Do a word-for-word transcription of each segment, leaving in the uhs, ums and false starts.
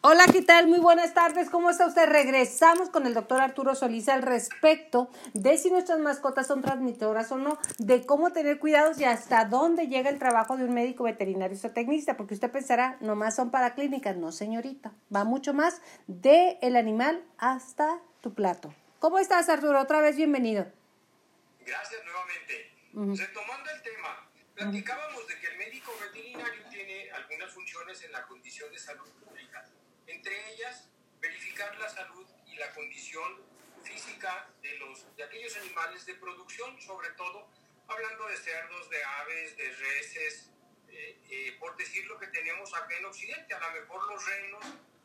Hola, ¿qué tal? Muy buenas tardes. ¿Cómo está usted? Regresamos con el doctor Arturo Solís al respecto de si nuestras mascotas son transmitoras o no, de cómo tener cuidados y hasta dónde llega el trabajo de un médico veterinario zootecnista, porque usted pensará, nomás son para clínicas. No, señorita. Va mucho más de el animal hasta tu plato. ¿Cómo estás, Arturo? Otra vez bienvenido. Gracias nuevamente. Uh-huh. Retomando el tema, platicábamos uh-huh. de que el médico veterinario tiene algunas funciones en la condición de salud pública. Entre ellas, verificar la salud y la condición física de, los, de aquellos animales de producción, sobre todo hablando de cerdos, de aves, de reses, eh, eh, por decir lo que tenemos acá en Occidente, a lo mejor los renos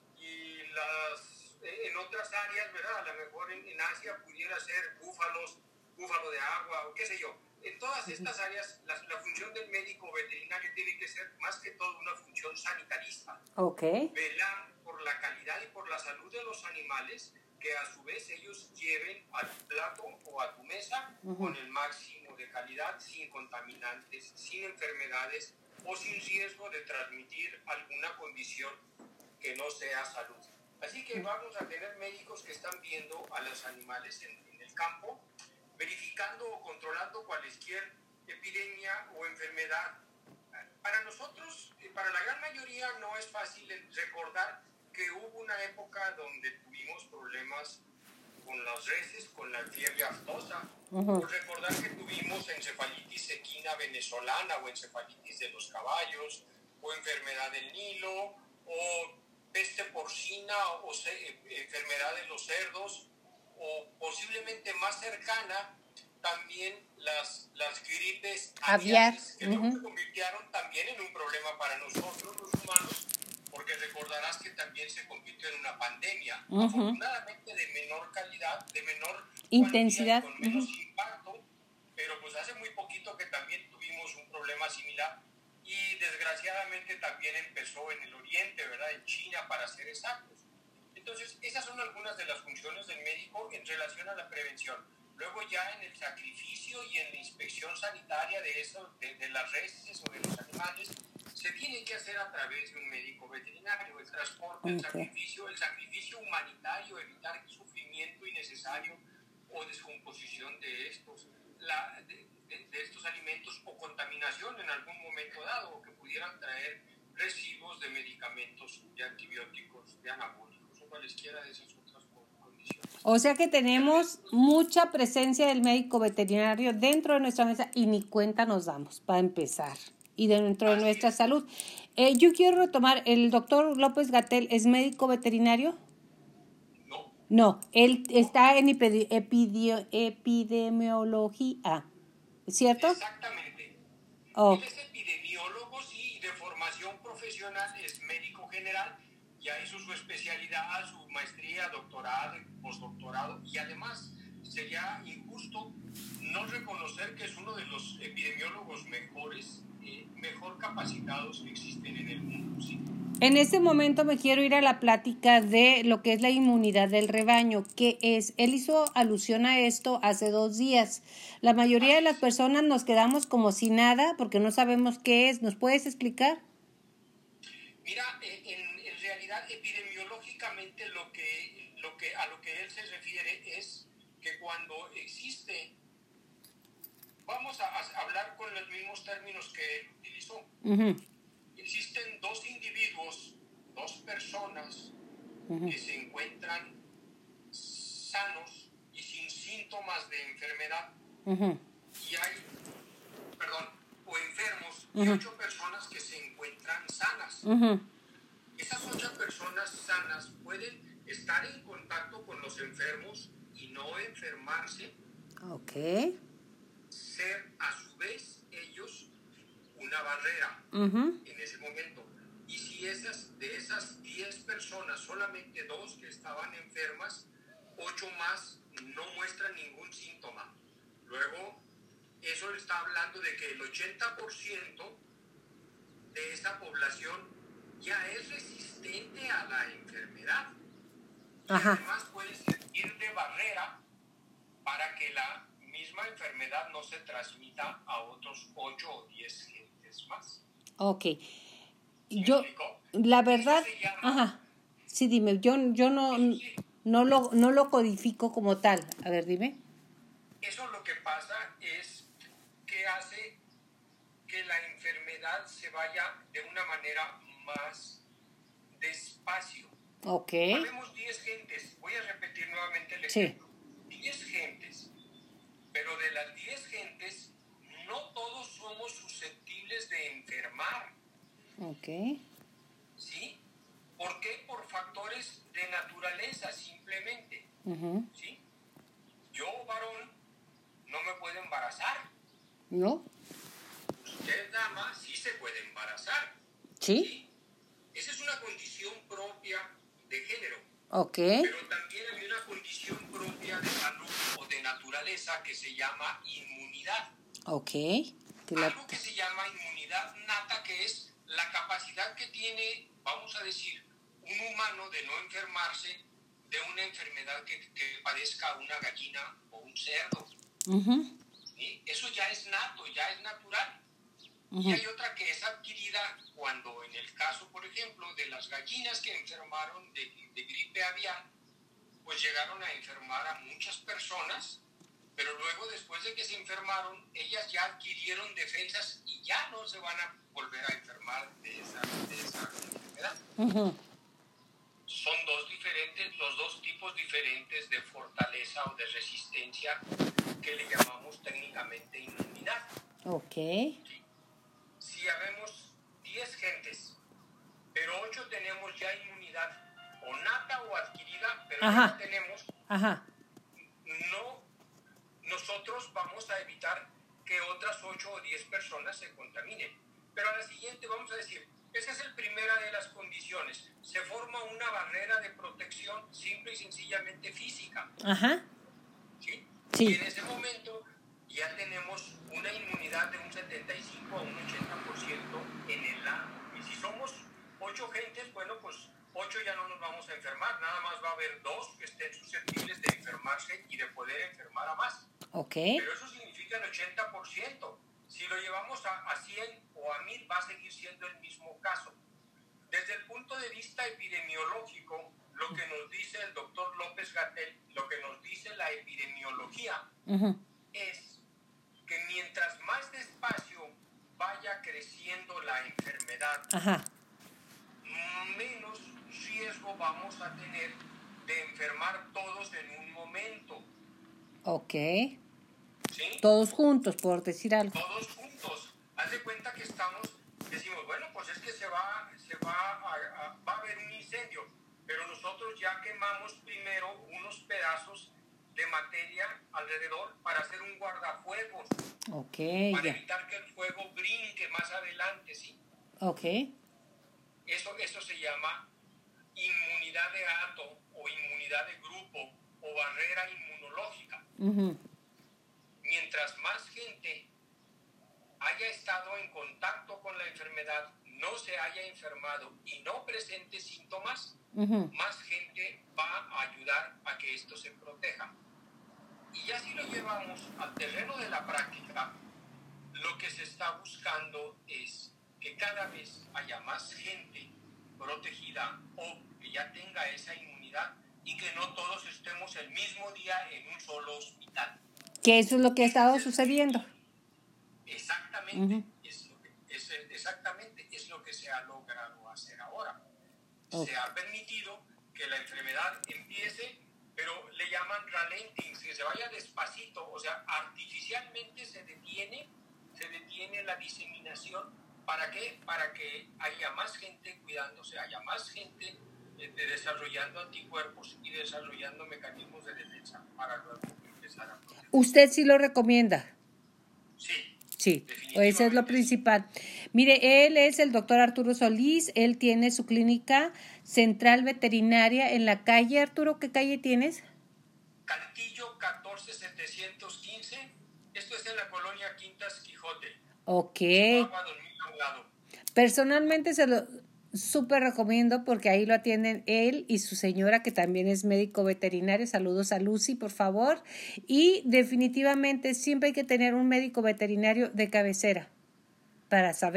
y las, eh, en otras áreas, ¿verdad? A lo mejor en, en Asia pudiera ser búfalos, búfalo de agua o qué sé yo. En todas estas áreas, la, la función del médico veterinario tiene que ser más que todo una función sanitarista. Okay. Velar por la calidad y por la salud de los animales, que a su vez ellos lleven a tu plato o a tu mesa uh-huh. con el máximo de calidad, sin contaminantes, sin enfermedades o sin riesgo de transmitir alguna condición que no sea salud. Así que vamos a tener médicos que están viendo a los animales en, en el campo, verificando o controlando cualquier epidemia o enfermedad. Para nosotros, para la gran mayoría, no es fácil recordar que hubo una época donde tuvimos problemas con las reses, con la fiebre aftosa. Uh-huh. O recordar que tuvimos encefalitis equina venezolana o encefalitis de los caballos, o enfermedad del Nilo, o peste porcina, o se, enfermedad de los cerdos, o posiblemente más cercana, también las, las gripes aviares, que uh-huh. se convirtieron también en un problema para nosotros los humanos, porque recordarás que también se convirtió en una pandemia, uh-huh. afortunadamente de menor calidad, de menor intensidad, con menos uh-huh. impacto, pero pues hace muy poquito que también tuvimos un problema similar y desgraciadamente también empezó en el oriente, ¿verdad? En China, para ser exactos. Entonces, esas son algunas de las funciones del médico en relación a la prevención. Luego ya en el sacrificio y en la inspección sanitaria de, eso, de, de las reses o de los animales, se tiene que hacer a través de un médico veterinario. El transporte, okay. el sacrificio, el sacrificio humanitario, evitar sufrimiento innecesario o descomposición de estos, la, de, de, de estos alimentos o contaminación en algún momento dado, o que pudieran traer residuos de medicamentos, de antibióticos, de anabólicos o cualesquiera de esas otras condiciones. O sea que tenemos mucha presencia del médico veterinario dentro de nuestra mesa y ni cuenta nos damos, para empezar, y dentro Así de nuestra es. salud. Eh, yo quiero retomar, ¿el doctor López-Gatell es médico veterinario? No. No, él está en epidi- epidio- epidemiología, ¿cierto? Exactamente. Oh. Él es epidemiólogo, sí, y de formación profesional es médico general. Ya hizo su especialidad, su maestría, doctorado, postdoctorado, y además sería injusto no reconocer que es uno de los epidemiólogos mejores, eh, mejor capacitados que existen en el mundo. ¿Sí? En este momento me quiero ir a la plática de lo que es la inmunidad del rebaño, que es, él hizo alusión a esto hace dos días. La mayoría de las personas nos quedamos como si nada porque no sabemos qué es. ¿Nos puedes explicar? Mira, eh, en epidemiológicamente lo que, lo que, a lo que él se refiere es que cuando existe, vamos a, a hablar con los mismos términos que él utilizó, uh-huh. existen dos individuos, dos personas uh-huh. que se encuentran sanos y sin síntomas de enfermedad, uh-huh. y hay, perdón, o enfermos, uh-huh. y ocho personas que se encuentran sanas. Uh-huh. Esas ocho personas sanas pueden estar en contacto con los enfermos y no enfermarse. Ok. Ser a su vez ellos una barrera uh-huh. en ese momento. Y si esas, de esas diez personas, solamente dos que estaban enfermas, ocho más no muestran ningún síntoma. Luego, eso está hablando de que el ochenta por ciento de esa población ya es resistente a la enfermedad. Y Ajá. además puede servir de barrera para que la misma enfermedad no se transmita a otros ocho o diez gentes más. Ok. Yo, la verdad, eso se llama, ajá. Sí, dime, yo, yo no, no, lo, no lo codifico como tal. A ver, dime. Eso lo que pasa es que hace que la enfermedad se vaya de una manera más despacio. Ok. Habemos diez gentes, voy a repetir nuevamente el ejemplo. Sí. diez gentes, pero de las diez gentes, no todos somos susceptibles de enfermar. Ok. ¿Sí? ¿Por qué? Por factores de naturaleza, simplemente. Uh-huh. ¿Sí? Yo, varón, no me puedo embarazar. ¿No? Usted, dama, sí se puede embarazar. ¿Sí? ¿Sí? Esa es una condición propia de género. Ok. Pero también hay una condición propia de salud o de naturaleza que se llama inmunidad. Ok. Algo que se llama inmunidad nata, que es la capacidad que tiene, vamos a decir, un humano de no enfermarse de una enfermedad que, que padezca una gallina o un cerdo. Uh-huh. ¿Sí? Eso ya es nato, ya es natural. Uh-huh. Y hay otra que es adquirida cuando, en el caso, por ejemplo, de las gallinas que enfermaron de, de gripe aviar, pues llegaron a enfermar a muchas personas, pero luego, después de que se enfermaron, ellas ya adquirieron defensas y ya no se van a volver a enfermar de esa, de esa enfermedad. Uh-huh. Son dos diferentes, los dos tipos diferentes de fortaleza o de resistencia que le llamamos técnicamente inmunidad. Ok. ¿Sí? Si habemos diez gentes, pero ocho tenemos ya inmunidad, o nata o adquirida, pero Ajá. ya la tenemos, Ajá. no, nosotros vamos a evitar que otras ocho o diez personas se contaminen. Pero a la siguiente vamos a decir, esa es la primera de las condiciones. Se forma una barrera de protección simple y sencillamente física. Ajá. ¿Sí? Sí. Y en ese momento ya tenemos una inmunidad de un setenta y cinco a un ochenta por ciento en el lado. Y si somos ocho gentes, bueno, pues ocho ya no nos vamos a enfermar. Nada más va a haber dos que estén susceptibles de enfermarse y de poder enfermar a más. Ok. Pero eso significa el ochenta por ciento. Si lo llevamos a, a cien o a mil, va a seguir siendo el mismo caso. Desde el punto de vista epidemiológico, lo que nos dice el doctor López-Gatell, lo que nos dice la epidemiología, uh-huh. es que mientras más despacio vaya creciendo la enfermedad, Ajá. menos riesgo vamos a tener de enfermar todos en un momento. Ok. ¿Sí? Todos juntos, por decir algo. Todos juntos. Haz de cuenta que estamos, decimos, bueno, pues es que se va, se va a, a, va a haber un incendio, pero nosotros ya quemamos primero unos pedazos de materia alrededor para hacer un guardafuegos. Ok. Para Ya. evitar que el fuego brinque más adelante, ¿sí? Ok. Eso, eso se llama inmunidad de átomo o inmunidad de grupo o barrera inmunológica. Uh-huh. Mientras más gente haya estado en contacto con la enfermedad, no se haya enfermado y no presente síntomas, uh-huh. más gente va a ayudar a que esto se proteja. Y ya si lo llevamos al terreno de la práctica, lo que se está buscando es que cada vez haya más gente protegida o que ya tenga esa inmunidad y que no todos estemos el mismo día en un solo hospital. Que eso es lo que ha estado sucediendo. Exactamente, uh-huh. es lo que, es, exactamente, es lo que se ha logrado hacer ahora. Okay. Se ha permitido que la enfermedad empiece, pero le llaman ralenting, que se vaya despacito, o sea, artificialmente se detiene, se detiene la diseminación. ¿Para qué? Para que haya más gente cuidándose, haya más gente eh, de desarrollando anticuerpos y desarrollando mecanismos de defensa para luego empezar a proteger. ¿Usted sí lo recomienda? Sí. Sí, eso es lo principal. Mire, él es el doctor Arturo Solís, él tiene su clínica central veterinaria en la calle. Arturo, ¿qué calle tienes? Cantillo catorce setecientos quince, esto es en la colonia Quintas Quijote. Ok. Chihuahua, lado. Personalmente se lo súper recomiendo porque ahí lo atienden él y su señora, que también es médico veterinario. Saludos a Lucy, por favor. Y definitivamente siempre hay que tener un médico veterinario de cabecera para saber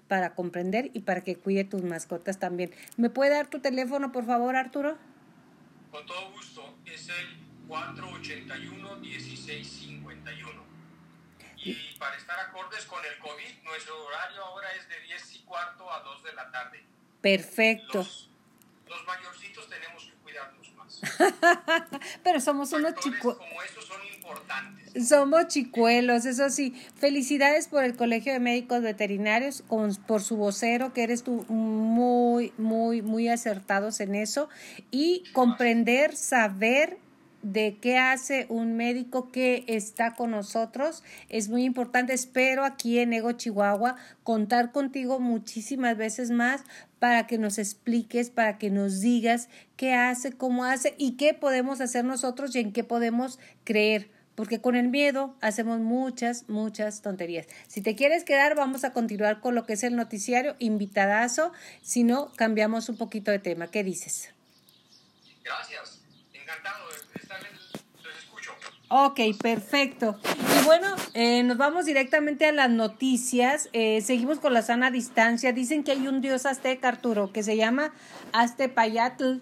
para comprender y para que cuide tus mascotas también. ¿Me puede dar tu teléfono, por favor, Arturo? Con todo gusto, es el cuatro ochenta y uno, dieciséis cincuenta y uno. Y para estar acordes con el COVID, nuestro horario ahora es de diez y cuarto a dos de la tarde. Perfecto. Los, los mayorcitos tenemos que cuidarnos más. Pero somos unos Factores chicos. como esos son importantes. Somos chicuelos, eso sí. Felicidades por el Colegio de Médicos Veterinarios, con, por su vocero, que eres tú muy, muy, muy acertados en eso. Y comprender, saber de qué hace un médico que está con nosotros es muy importante. Espero aquí en Ego Chihuahua contar contigo muchísimas veces más para que nos expliques, para que nos digas qué hace, cómo hace y qué podemos hacer nosotros y en qué podemos creer. Porque con el miedo hacemos muchas, muchas tonterías. Si te quieres quedar, vamos a continuar con lo que es el noticiario, invitadazo. Si no, cambiamos un poquito de tema. ¿Qué dices? Gracias. Encantado de estar, les escucho. Ok, perfecto. Y bueno, eh, nos vamos directamente a las noticias. Eh, seguimos con la sana distancia. Dicen que hay un dios azteca, Arturo, que se llama Aztepayatl.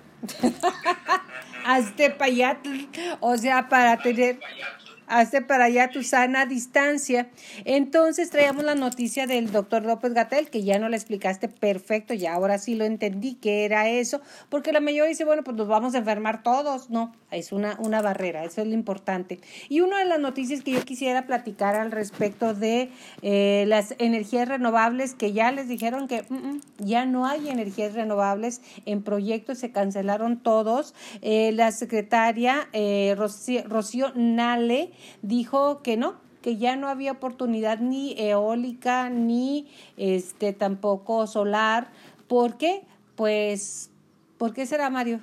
Aztepayatl, o sea, para tener, hazte para allá tu sana distancia. Entonces traíamos la noticia del doctor López-Gatell, que ya no le explicaste perfecto, ya ahora sí lo entendí que era eso, porque la mayoría dice, bueno, pues nos vamos a enfermar todos. No, es una, una barrera, eso es lo importante. Y una de las noticias que yo quisiera platicar al respecto de eh, las energías renovables, que ya les dijeron que mm, ya no hay energías renovables en proyectos, se cancelaron todos. Eh, la secretaria eh, Rocío, Rocío Nale dijo que no, que ya no había oportunidad ni eólica ni este tampoco solar. ¿Por qué? Pues, ¿por qué será, Mario?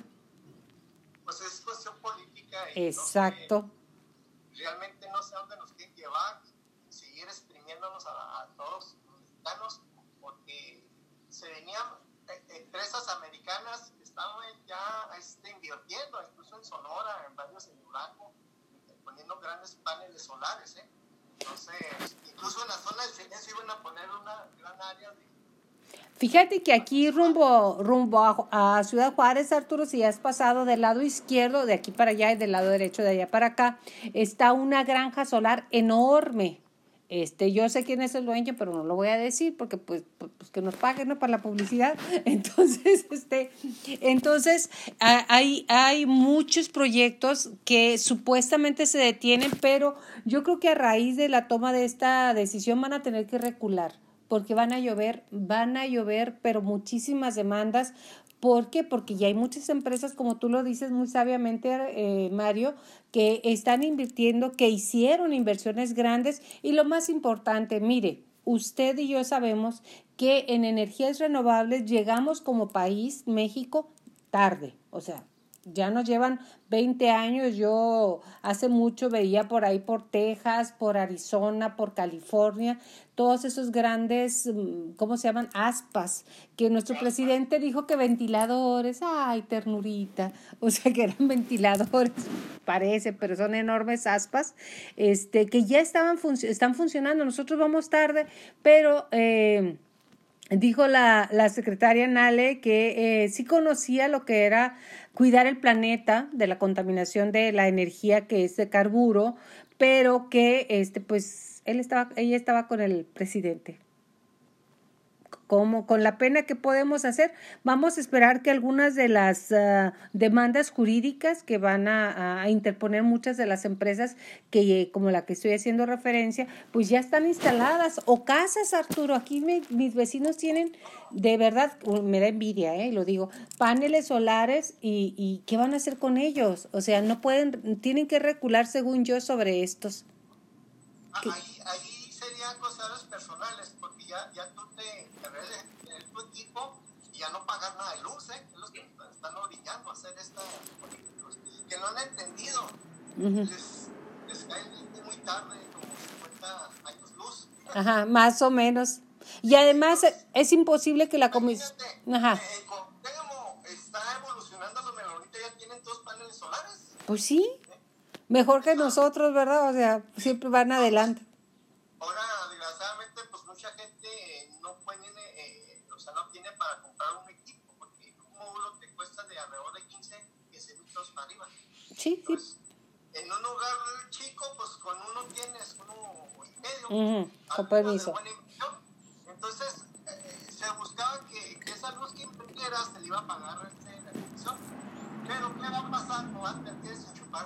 Pues es cuestión política. Y exacto. No sé, realmente no sé dónde nos quieren llevar, seguir exprimiéndonos a, a todos los mexicanos, porque se venían eh, empresas americanas que estaban ya este, invirtiendo, incluso en Sonora, en varios en Durango, poniendo grandes paneles solares, ¿eh? Entonces, incluso en la zona del cine se iban a poner una gran área de... Fíjate que aquí rumbo rumbo a, a Ciudad Juárez, Arturo, si has pasado del lado izquierdo, de aquí para allá y del lado derecho de allá para acá, está una granja solar enorme. Este, yo sé quién es el dueño, pero no lo voy a decir porque pues, pues que nos paguen, ¿no? Para la publicidad. Entonces, este, entonces hay, hay muchos proyectos que supuestamente se detienen, pero yo creo que a raíz de la toma de esta decisión van a tener que recular, porque van a llover, van a llover, pero muchísimas demandas. ¿Por qué? Porque ya hay muchas empresas, como tú lo dices muy sabiamente, eh, Mario, que están invirtiendo, que hicieron inversiones grandes y lo más importante, mire, usted y yo sabemos que en energías renovables llegamos como país, México, tarde, o sea, ya nos llevan veinte años. Yo hace mucho veía por ahí por Texas, por Arizona, por California, todos esos grandes, ¿cómo se llaman? Aspas, que nuestro presidente dijo que ventiladores, ay, ternurita, o sea que eran ventiladores, parece, pero son enormes aspas, este, que ya estaban func- están funcionando. Nosotros vamos tarde, pero... Eh, Dijo la, la secretaria Nale que eh, sí conocía lo que era cuidar el planeta de la contaminación de la energía que es de carburo, pero que este pues él estaba, ella estaba con el presidente. Como con la pena que podemos hacer, vamos a esperar que algunas de las uh, demandas jurídicas que van a, a interponer muchas de las empresas, que como la que estoy haciendo referencia, pues ya están instaladas, o casas, Arturo. Aquí me, mis vecinos tienen, de verdad, me da envidia, eh, lo digo, paneles solares y, y ¿qué van a hacer con ellos? O sea, no pueden, tienen que recular, según yo, sobre estos. Ahí, ahí serían cosas personales, porque ya, ya tú te encargas de tu equipo y ya no pagar nada de luz, ¿eh? Es los que están orillando a hacer estas políticos, que no han entendido. Uh-huh. Les, les cae muy tarde, como cincuenta años luz. Ajá, más o menos. Y además entonces, es imposible que la comisión... Ajá. Eh, ¿Cómo está evolucionando los melonitas? ¿Ya tienen dos paneles solares? Pues sí. Mejor que nosotros, ¿verdad? O sea, siempre van adelante. Ahora, desgraciadamente, pues mucha gente no puede Sí, sí. Pues, en un lugar chico, pues con uno tienes uno y medio. Uh-huh. Con algo permiso. de buena inversión. Entonces, eh, se buscaba que, que esa luz que invirtiera se le iba a pagar este, la inversión. Pero, ¿qué va a pasar? No va a tener que desenchufar.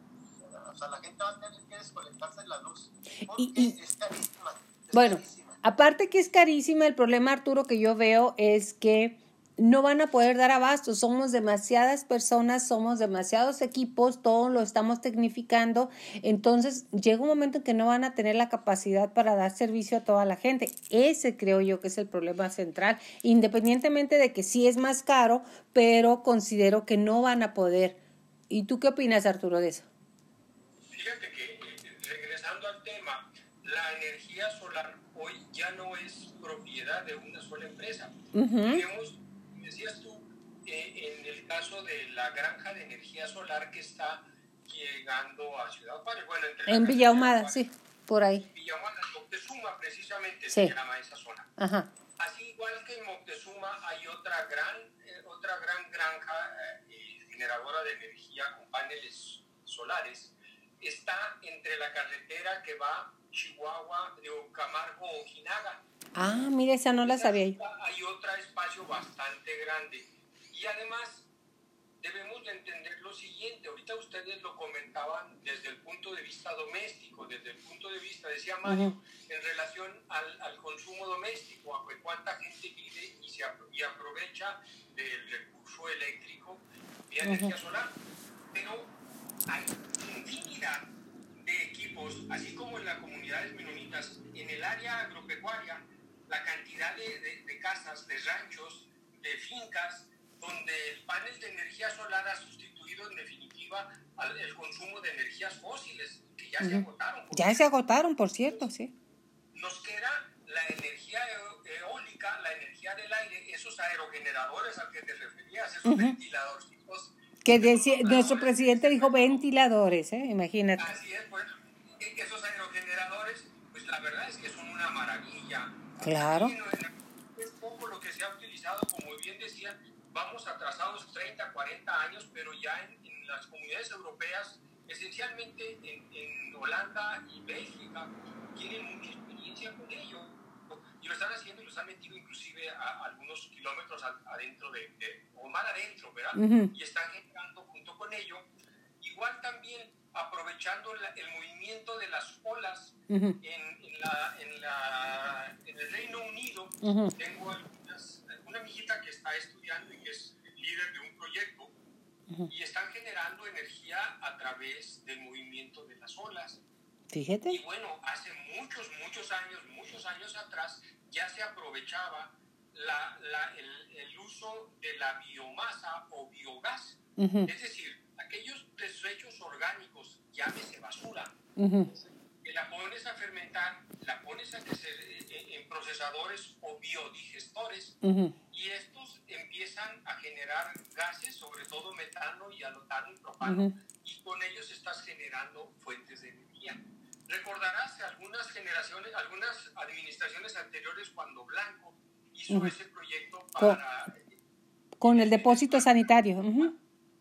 O sea, la gente va a tener que desconectarse de la luz. Porque Y, y, es carísima. Es bueno, carísima. aparte que es carísima, el problema, Arturo, que yo veo es que no van a poder dar abasto. Somos demasiadas personas, somos demasiados equipos, todo lo estamos tecnificando. Entonces, llega un momento en que no van a tener la capacidad para dar servicio a toda la gente. Ese creo yo que es el problema central, independientemente de que sí es más caro, pero considero que no van a poder. ¿Y tú qué opinas, Arturo, de eso? Fíjate que, eh, regresando al tema, la energía solar hoy ya no es propiedad de una sola empresa. Uh-huh. Tenemos, decías tú, eh, en el caso de la granja de energía solar que está llegando a Ciudad Juárez, bueno, entre en Villa Ahumada, sí, por ahí. Villa Ahumada, Moctezuma precisamente sí. se llama esa zona. Ajá. Así igual que en Moctezuma hay otra gran, eh, otra gran granja eh, generadora de energía con paneles solares. Está entre la carretera que va Chihuahua de Camargo a Ojinaga. Ah, mira, esa no la sabía yo. Hay otro espacio bastante grande. Y además, debemos de entender lo siguiente. Ahorita ustedes lo comentaban desde el punto de vista doméstico, desde el punto de vista, decía Mario, uh-huh. en relación al, al consumo doméstico, a cuánta gente vive y, se, y aprovecha del recurso eléctrico vía uh-huh. energía solar. Pero hay infinidad de equipos, así como en las comunidades menonitas, en el área agropecuaria, la cantidad de, de, de casas, de ranchos, de fincas, donde el panel de energía solar ha sustituido en definitiva al, el consumo de energías fósiles, que ya uh-huh. se agotaron. Ya cierto. se agotaron, por cierto, sí. Nos queda la energía eólica, la energía del aire, esos aerogeneradores a que te referías, esos uh-huh. ventiladorcitos. Que decía, nuestro presidente dijo ventiladores, ¿eh? Imagínate. Así es, pues, esos aerogeneradores, pues la verdad es que son una maravilla. Claro. Es poco lo que se ha utilizado, como bien decían, vamos atrasados treinta, cuarenta años, pero ya en, en las comunidades europeas, esencialmente en, en Holanda y Bélgica, tienen mucha experiencia con ello. Y lo están haciendo y los han metido inclusive a, a algunos kilómetros adentro de, de, o más adentro, ¿verdad? Uh-huh. Y están generando junto con ello, igual también aprovechando la, el movimiento de las olas uh-huh. en, en, la, en, la, en el Reino Unido. Uh-huh. Tengo algunas, una amiguita que está estudiando y que es líder de un proyecto uh-huh. y están generando energía a través del movimiento de las olas. Fíjate. Y bueno, hace muchos, muchos años, muchos años atrás, ya se aprovechaba la, la, el, el uso de la biomasa o biogás. Uh-huh. Es decir, aquellos desechos orgánicos, llámese basura, uh-huh. que la pones a fermentar, la pones a que se, eh, en procesadores o biodigestores, uh-huh. y estos empiezan a generar gases, sobre todo metano y alotano y propano, uh-huh. y con ellos estás generando fuentes de energía. Recordarás algunas generaciones, algunas administraciones anteriores cuando Blanco hizo uh-huh. ese proyecto para... Con, con el depósito sanitario. Uh-huh.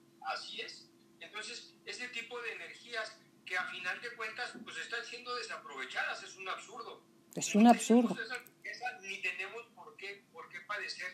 Así es. Entonces, ese tipo de energías que a final de cuentas pues están siendo desaprovechadas, es un absurdo. Es un absurdo. Esa, esa, ni tenemos por qué, por qué padecer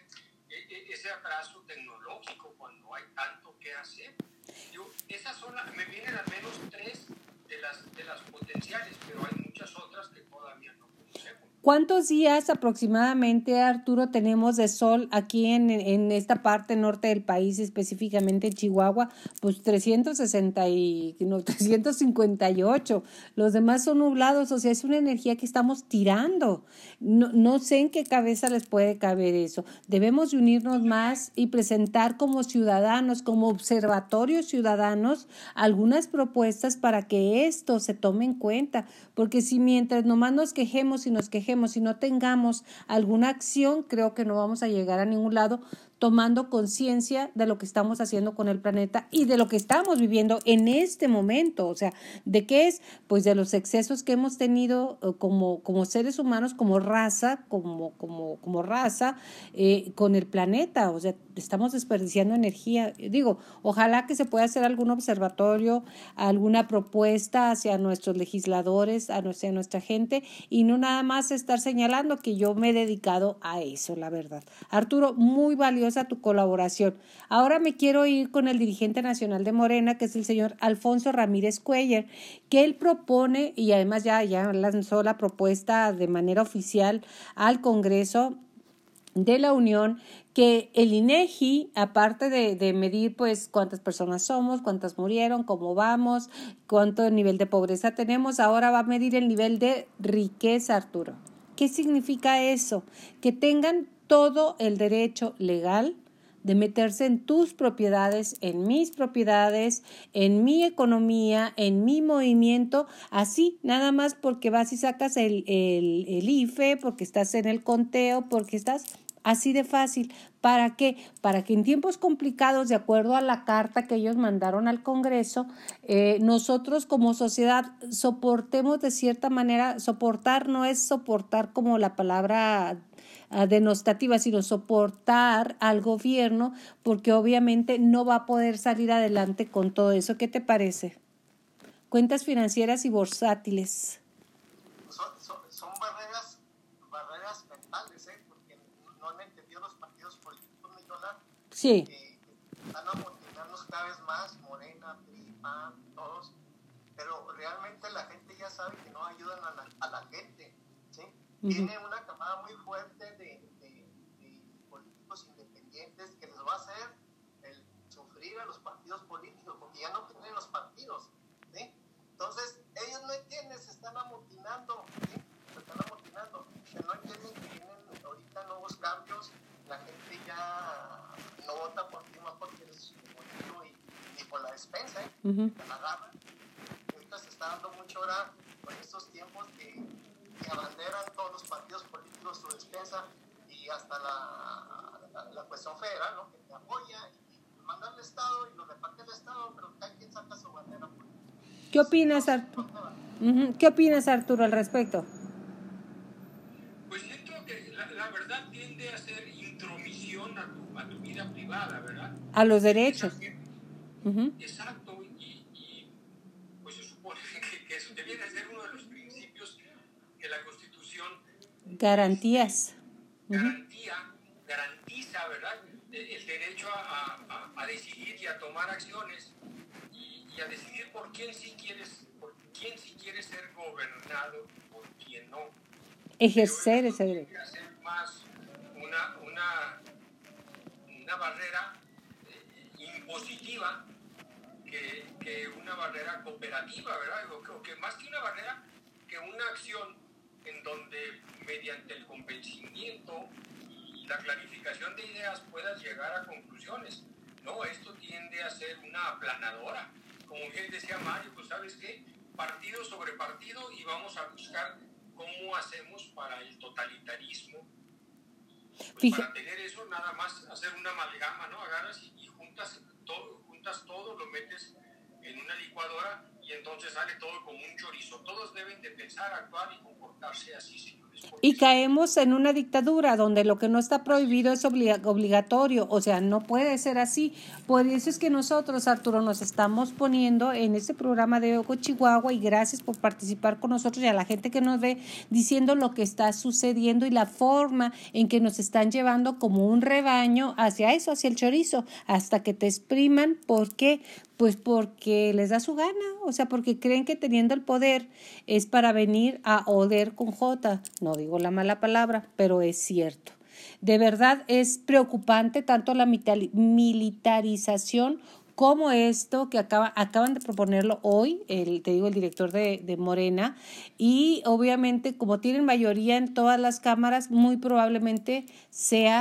ese atraso tecnológico cuando hay tanto que hacer. Yo, esas son, me vienen al menos tres de las, de las potenciales, pero hay muchas otras que todavía no conocemos. ¿Cuántos días aproximadamente, Arturo, tenemos de sol aquí en, en esta parte norte del país, específicamente en Chihuahua? Pues trescientos sesenta y, no, trescientos cincuenta y ocho. Los demás son nublados, o sea, es una energía que estamos tirando. No, no sé en qué cabeza les puede caber eso. Debemos de unirnos más y presentar como ciudadanos, como observatorios ciudadanos, algunas propuestas para que esto se tome en cuenta. Porque si mientras nomás nos quejemos y nos quejemos, si no tengamos alguna acción, creo que no vamos a llegar a ningún lado. tomando conciencia de lo que estamos haciendo con el planeta y de lo que estamos viviendo en este momento. O sea, ¿de qué es? Pues de los excesos que hemos tenido como, como seres humanos, como raza, como, como, como raza, eh, con el planeta. O sea, estamos desperdiciando energía. Digo, ojalá que se pueda hacer algún observatorio, alguna propuesta hacia nuestros legisladores, a nuestra, a nuestra gente, y no nada más estar señalando que yo me he dedicado a eso, la verdad. Arturo, muy valiosa tu colaboración. Ahora me quiero ir con el dirigente nacional de Morena, que es el señor Alfonso Ramírez Cuellar, que él propone, y además ya, ya lanzó la propuesta de manera oficial al Congreso de la Unión, que el INEGI, aparte de, de medir pues cuántas personas somos, cuántas murieron, cómo vamos, cuánto nivel de pobreza tenemos, ahora va a medir el nivel de riqueza, Arturo. ¿Qué significa eso? Que tengan todo el derecho legal de meterse en tus propiedades, en mis propiedades, en mi economía, en mi movimiento, así, nada más porque vas y sacas el, el, el I F E, porque estás en el conteo, porque estás así de fácil. ¿Para qué? Para que en tiempos complicados, de acuerdo a la carta que ellos mandaron al Congreso, eh, nosotros como sociedad soportemos de cierta manera. Soportar no es soportar como la palabra uh, denostativa, sino soportar al gobierno, porque obviamente no va a poder salir adelante con todo eso. ¿Qué te parece? Cuentas financieras y bursátiles. Son, son, son barreras, barreras mentales, ¿eh? Porque no han entendido los partidos políticos, Nicolás. Sí. Eh, están amotinarnos cada vez más, Morena, P R I, P A N, todos, pero realmente la gente ya sabe que no ayudan a la, a la gente, ¿sí? Uh-huh. Tiene una camada muy fuerte de, de, de políticos independientes que les va a hacer el sufrir a los partidos políticos, porque ya no tienen los partidos, ¿sí? Entonces, ellos no entienden, se están amotinando, ¿sí? Se están amotinando, que no entienden que vienen ahorita nuevos cambios, la gente ya no vota por ti más porque eres político y, y por la despensa, ¿eh? Uh-huh. Te la agarran. Ahorita se está dando mucho ahora con estos tiempos que, que abanderan todos los partidos políticos su despensa y hasta la, la, la cuestión federal, ¿no? Que te apoya y manda al Estado y lo reparte el Estado, pero cada quien saca su bandera política. ¿Qué opinas, Arturo? Uh-huh. ¿Qué opinas, Arturo, al respecto? Pues siento que la, la verdad tiende a ser intromisión a tu, a tu vida privada, ¿verdad? A los derechos. Uh-huh. Exacto, y, y pues se supone que, que eso debiera ser uno de los principios que la Constitución garantías este, garantía, uh-huh. garantiza, ¿verdad? El derecho a, a, a decidir y a tomar acciones y, y a decidir por quién sí quieres, por quién sí quieres ser gobernado, por quién no. Ejercer ese derecho. Hacer más una, una, una barrera eh, impositiva que, que una barrera cooperativa, ¿verdad? O que, o que más que una barrera, que una acción en donde mediante el convencimiento y la clarificación de ideas puedas llegar a conclusiones. No, esto tiende a ser una aplanadora. Como bien decía Mario, pues ¿sabes qué? Partido sobre partido y vamos a buscar cómo hacemos para el totalitarismo. Pues para tener eso, nada más hacer una amalgama, ¿no? Agarras y, y juntas, todo, juntas todo, lo metes en una licuadora y entonces sale todo como un chorizo. Todos deben de pensar, actuar y comportarse así, señores. Y caemos en una dictadura donde lo que no está prohibido es obliga- obligatorio, o sea, no puede ser así. Por eso es que nosotros, Arturo, nos estamos poniendo en este programa de Oco Chihuahua, y gracias por participar con nosotros y a la gente que nos ve, diciendo lo que está sucediendo y la forma en que nos están llevando como un rebaño hacia eso, hacia el chorizo, hasta que te expriman. ¿Por qué? Pues porque les da su gana, o sea, porque creen que teniendo el poder es para venir a oler con J. No digo la mala palabra, pero es cierto. De verdad es preocupante tanto la militarización como esto que acaba, acaban de proponerlo hoy, el, te digo, el director de, de Morena, y obviamente como tienen mayoría en todas las cámaras, muy probablemente sea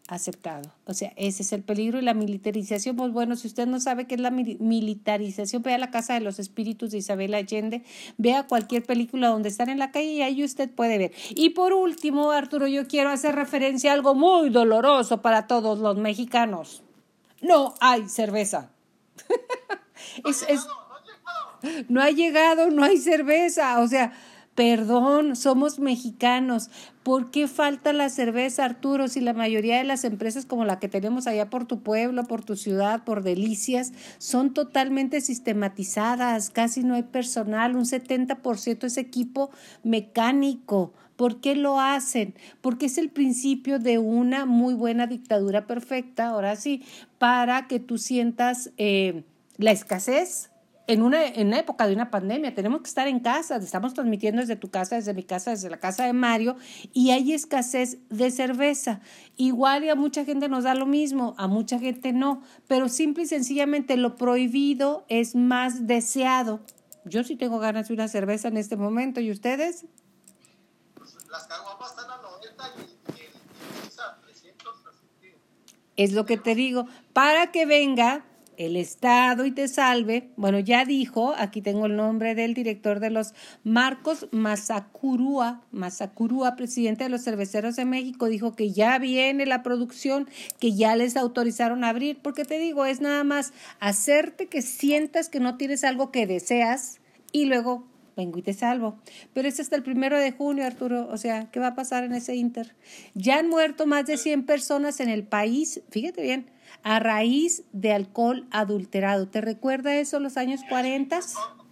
aceptado. O sea, ese es el peligro. Y la militarización, pues bueno, si usted no sabe qué es la militarización, vea La Casa de los Espíritus de Isabel Allende, vea cualquier película donde están en la calle y ahí usted puede ver. Y por último, Arturo, yo quiero hacer referencia a algo muy doloroso para todos los mexicanos. No hay cerveza. es, es, no ha llegado, no hay cerveza. O sea, perdón, somos mexicanos. ¿Por qué falta la cerveza, Arturo? Si la mayoría de las empresas como la que tenemos allá por tu pueblo, por tu ciudad, por Delicias, son totalmente sistematizadas, casi no hay personal, un setenta por ciento es equipo mecánico. ¿Por qué lo hacen? Porque es el principio de una muy buena dictadura perfecta, ahora sí, para que tú sientas eh, la escasez. En una, en una época de una pandemia, tenemos que estar en casa, estamos transmitiendo desde tu casa, desde mi casa, desde la casa de Mario, y hay escasez de cerveza. Igual y a mucha gente nos da lo mismo, a mucha gente no, pero simple y sencillamente lo prohibido es más deseado. Yo sí tengo ganas de una cerveza en este momento, ¿y ustedes? Pues las caguamas están a noventa y, y, y, y a trescientos, así que... Es lo que te digo, para que venga el Estado y te salve. Bueno, ya dijo, aquí tengo el nombre del director de los Marcos Mazacurúa, Mazacurúa, presidente de los Cerveceros de México, dijo que ya viene la producción, que ya les autorizaron a abrir, porque te digo, es nada más hacerte que sientas que no tienes algo que deseas y luego vengo y te salvo. Pero es hasta el primero de junio, Arturo. O sea, ¿qué va a pasar en ese inter? Ya han muerto más de cien personas en el país, fíjate bien, a raíz de alcohol adulterado. ¿Te recuerda eso los años cuarenta?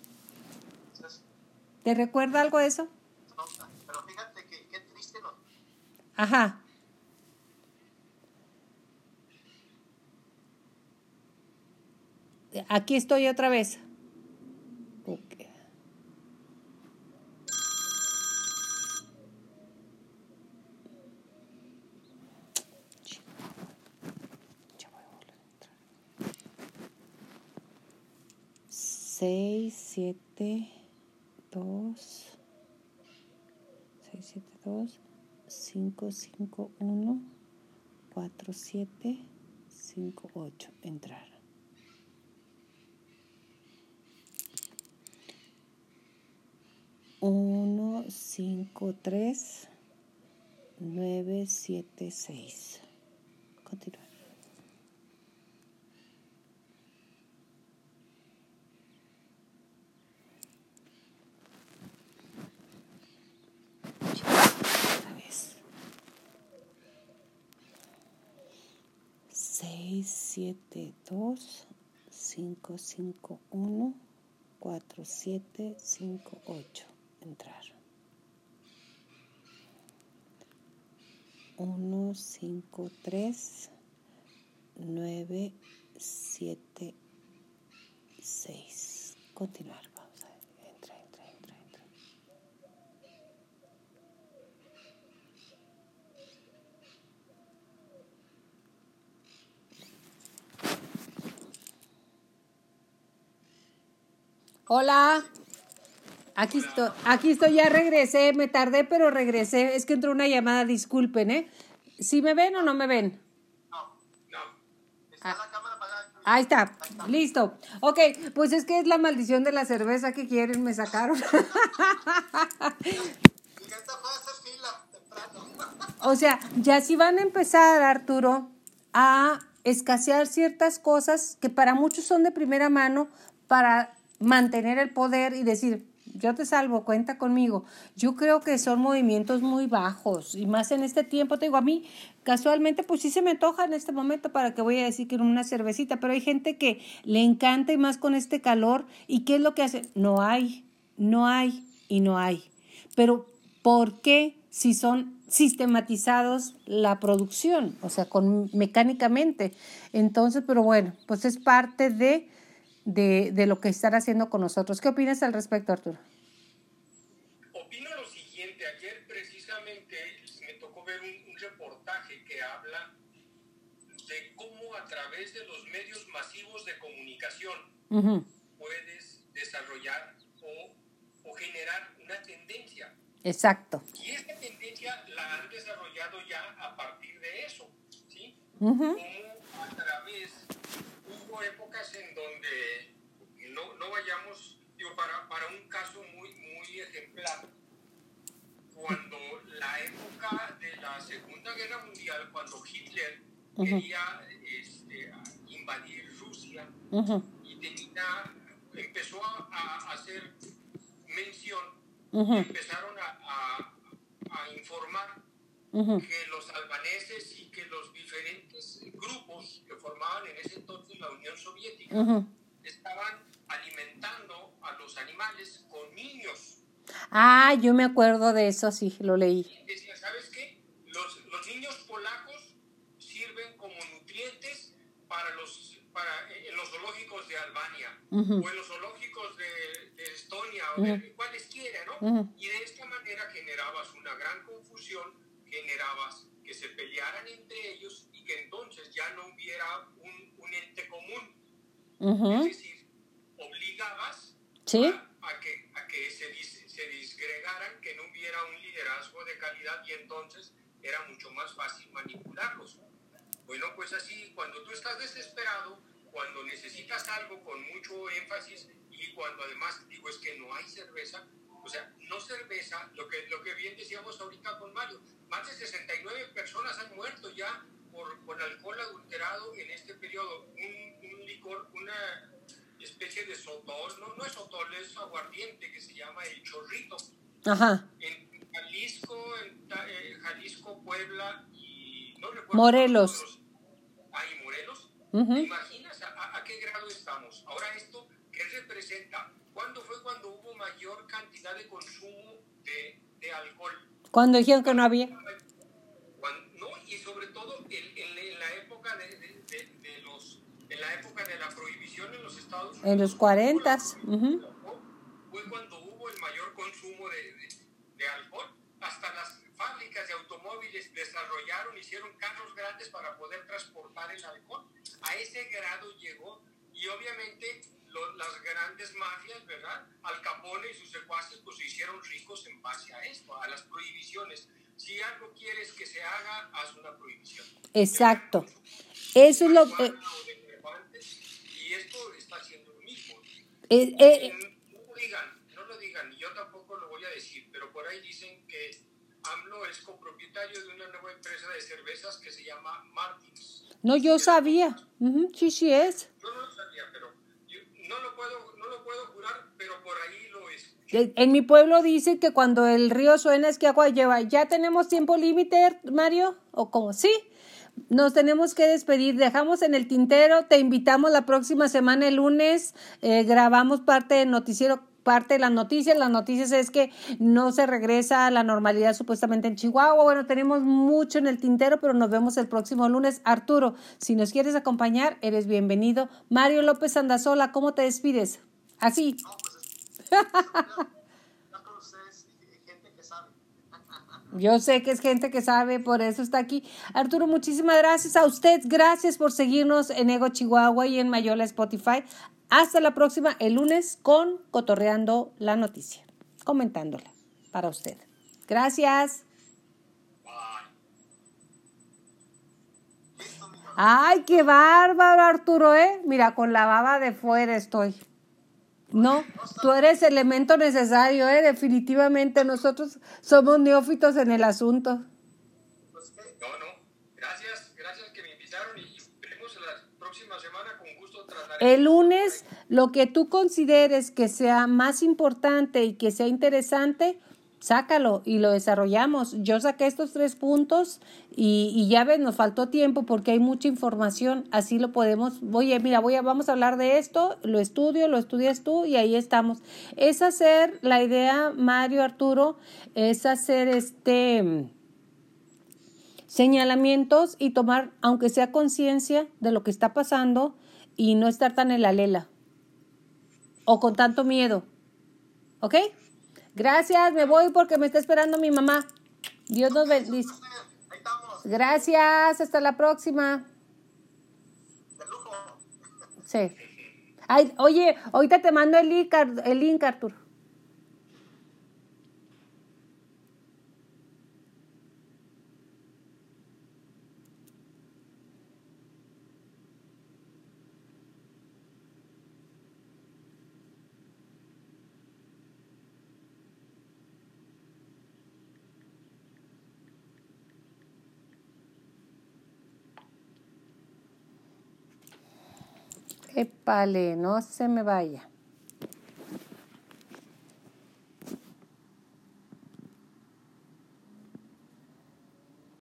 ¿Te recuerda algo de eso? Pero fíjate que qué triste no. Ajá. Aquí estoy otra vez. Okay. seis, siete, dos, seis, siete, dos, cinco, cinco, uno, cuatro, siete, cinco, ocho, entrar. uno, cinco, tres, nueve, siete, seis. Continuar. seis, siete, dos, cinco, cinco, uno, cuatro, siete, cinco, ocho. Entrar. uno, cinco, tres, nueve, siete, seis. Continuar. Vamos a ver. Entra, entra, entra, entra. Hola. Aquí estoy, aquí estoy, ya regresé, me tardé, pero regresé. Es que entró una llamada, disculpen, ¿eh? ¿Sí me ven o no me ven? No, no. Está ah. la cámara apagada. Ahí está. Ahí está, listo. Ok, pues es que es la maldición de la cerveza que quieren, me sacaron. O sea, ya si van a empezar, Arturo, a escasear ciertas cosas que para muchos son de primera mano para mantener el poder y decir, yo te salvo, cuenta conmigo. Yo creo que son movimientos muy bajos y más en este tiempo. Te digo, a mí casualmente pues sí se me antoja en este momento para que voy a decir que una cervecita, pero hay gente que le encanta y más con este calor. ¿Y qué es lo que hace? No hay, no hay y no hay. Pero ¿por qué si son sistematizados la producción? O sea, con mecánicamente. Entonces, pero bueno, pues es parte de... De, de lo que están haciendo con nosotros. ¿Qué opinas al respecto, Arturo? Opino lo siguiente. Ayer precisamente me tocó ver un, un reportaje que habla de cómo a través de los medios masivos de comunicación uh-huh. puedes desarrollar o, o generar una tendencia. Exacto. Y esta tendencia la han desarrollado ya a partir de eso, ¿sí? Uh-huh. Como a través, hubo épocas en donde, no, no vayamos, digo, para, para un caso muy, muy ejemplar, cuando la época de la Segunda Guerra Mundial, cuando Hitler uh-huh. quería este, invadir Rusia uh-huh. y tenía, empezó a, a hacer mención, uh-huh. empezaron a, a, a informar uh-huh. que los albaneses y que los diferentes grupos que formaban en ese entonces la Unión Soviética uh-huh. estaban alimentando a los animales con niños. Ah, yo me acuerdo de eso, sí, lo leí. Decía, ¿sabes qué? Los, los niños polacos sirven como nutrientes para los, para, en los zoológicos de Albania uh-huh. o en los zoológicos de, de Estonia o uh-huh. de cualesquiera, ¿no? Uh-huh. Y de esta manera generabas una gran confusión, generabas que se pelearan entre ellos y que entonces ya no hubiera un, un ente común. Uh-huh. Es decir, obligabas ¿sí? a, a que, a que se, dis, se disgregaran, que no hubiera un liderazgo de calidad y entonces era mucho más fácil manipularlos. Bueno, pues así, cuando tú estás desesperado, cuando necesitas algo con mucho énfasis y cuando además digo es que no hay cerveza, o sea, no cerveza, lo que, lo que bien decíamos ahorita con Mario, más de sesenta y nueve personas han muerto ya por, por alcohol adulterado en este periodo. Un, un licor, una especie de sotol, no, no es sotol, es aguardiente que se llama el chorrito. Ajá. En Jalisco, en eh, Jalisco, Puebla y no recuerdo. Morelos. Los, ah, y Morelos. Uh-huh. ¿Te imaginas a, a, a qué grado estamos? Ahora esto, ¿qué representa? ¿Cuándo fue cuando hubo mayor cantidad de consumo de, de alcohol? Cuando dijeron que no había. Cuando, no, y sobre todo en, en, en la época de, de, de, de los, en la época de la prohibición en los Estados Unidos. En los cuarentas. Uh-huh. Fue cuando hubo el mayor consumo de, de, de alcohol. Hasta las fábricas de automóviles desarrollaron, hicieron carros grandes para poder transportar el alcohol. A ese grado llegó y obviamente lo, las grandes mafias, ¿verdad? Al Capone y sus secuaces pues se hicieron ricos en base a esto, a las prohibiciones. Si algo quieres que se haga, haz una prohibición. Exacto. Eso es lo que... Eh, y esto está haciendo lo mismo. Eh, eh, no lo digan, no lo digan, y yo tampoco lo voy a decir, pero por ahí dicen que AMLO es copropietario de una nueva empresa de cervezas que se llama Martins. No, yo sabía. Uh-huh. Sí, sí es. Yo no lo sabía, pero yo no lo puedo, no lo puedo jurar, pero por ahí lo es. En mi pueblo dicen que cuando el río suena es que agua lleva. ¿Ya tenemos tiempo límite, Mario? ¿O cómo? Sí. Nos tenemos que despedir. Dejamos en el tintero. Te invitamos la próxima semana, el lunes. Eh, grabamos parte del noticiero, parte de las noticias. Las noticias es que no se regresa a la normalidad supuestamente en Chihuahua. Bueno, tenemos mucho en el tintero, pero nos vemos el próximo lunes. Arturo, si nos quieres acompañar, eres bienvenido. Mario López Andazola, ¿cómo te despides? Así. No, pues es, no con ustedes, gente que sabe. Yo sé que es gente que sabe, por eso está aquí. Arturo, muchísimas gracias a usted. Gracias por seguirnos en Ego Chihuahua y en Mayola Spotify. Hasta la próxima, el lunes, con Cotorreando la Noticia, comentándola para usted. Gracias. Ay, qué bárbaro, Arturo, ¿eh? Mira, con la baba de fuera estoy. No, tú eres elemento necesario, ¿eh? Definitivamente nosotros somos neófitos en el asunto. No, no, gracias, gracias que me invitaron y veremos la próxima semana con gusto tratar. El lunes, lo que tú consideres que sea más importante y que sea interesante, sácalo y lo desarrollamos. Yo saqué estos tres puntos y, y ya ves, nos faltó tiempo porque hay mucha información, así lo podemos, oye, mira, voy a, vamos a hablar de esto, lo estudio, lo estudias tú y ahí estamos. Es hacer, la idea, Mario, Arturo, es hacer este señalamientos y tomar, aunque sea conciencia de lo que está pasando y no estar tan en la lela o con tanto miedo, ¿ok? Gracias, me voy porque me está esperando mi mamá. Dios nos bendice. Gracias, hasta la próxima. Sí. Ay, oye, ahorita te mando el link, el link, Arturo. Épale, no se me vaya.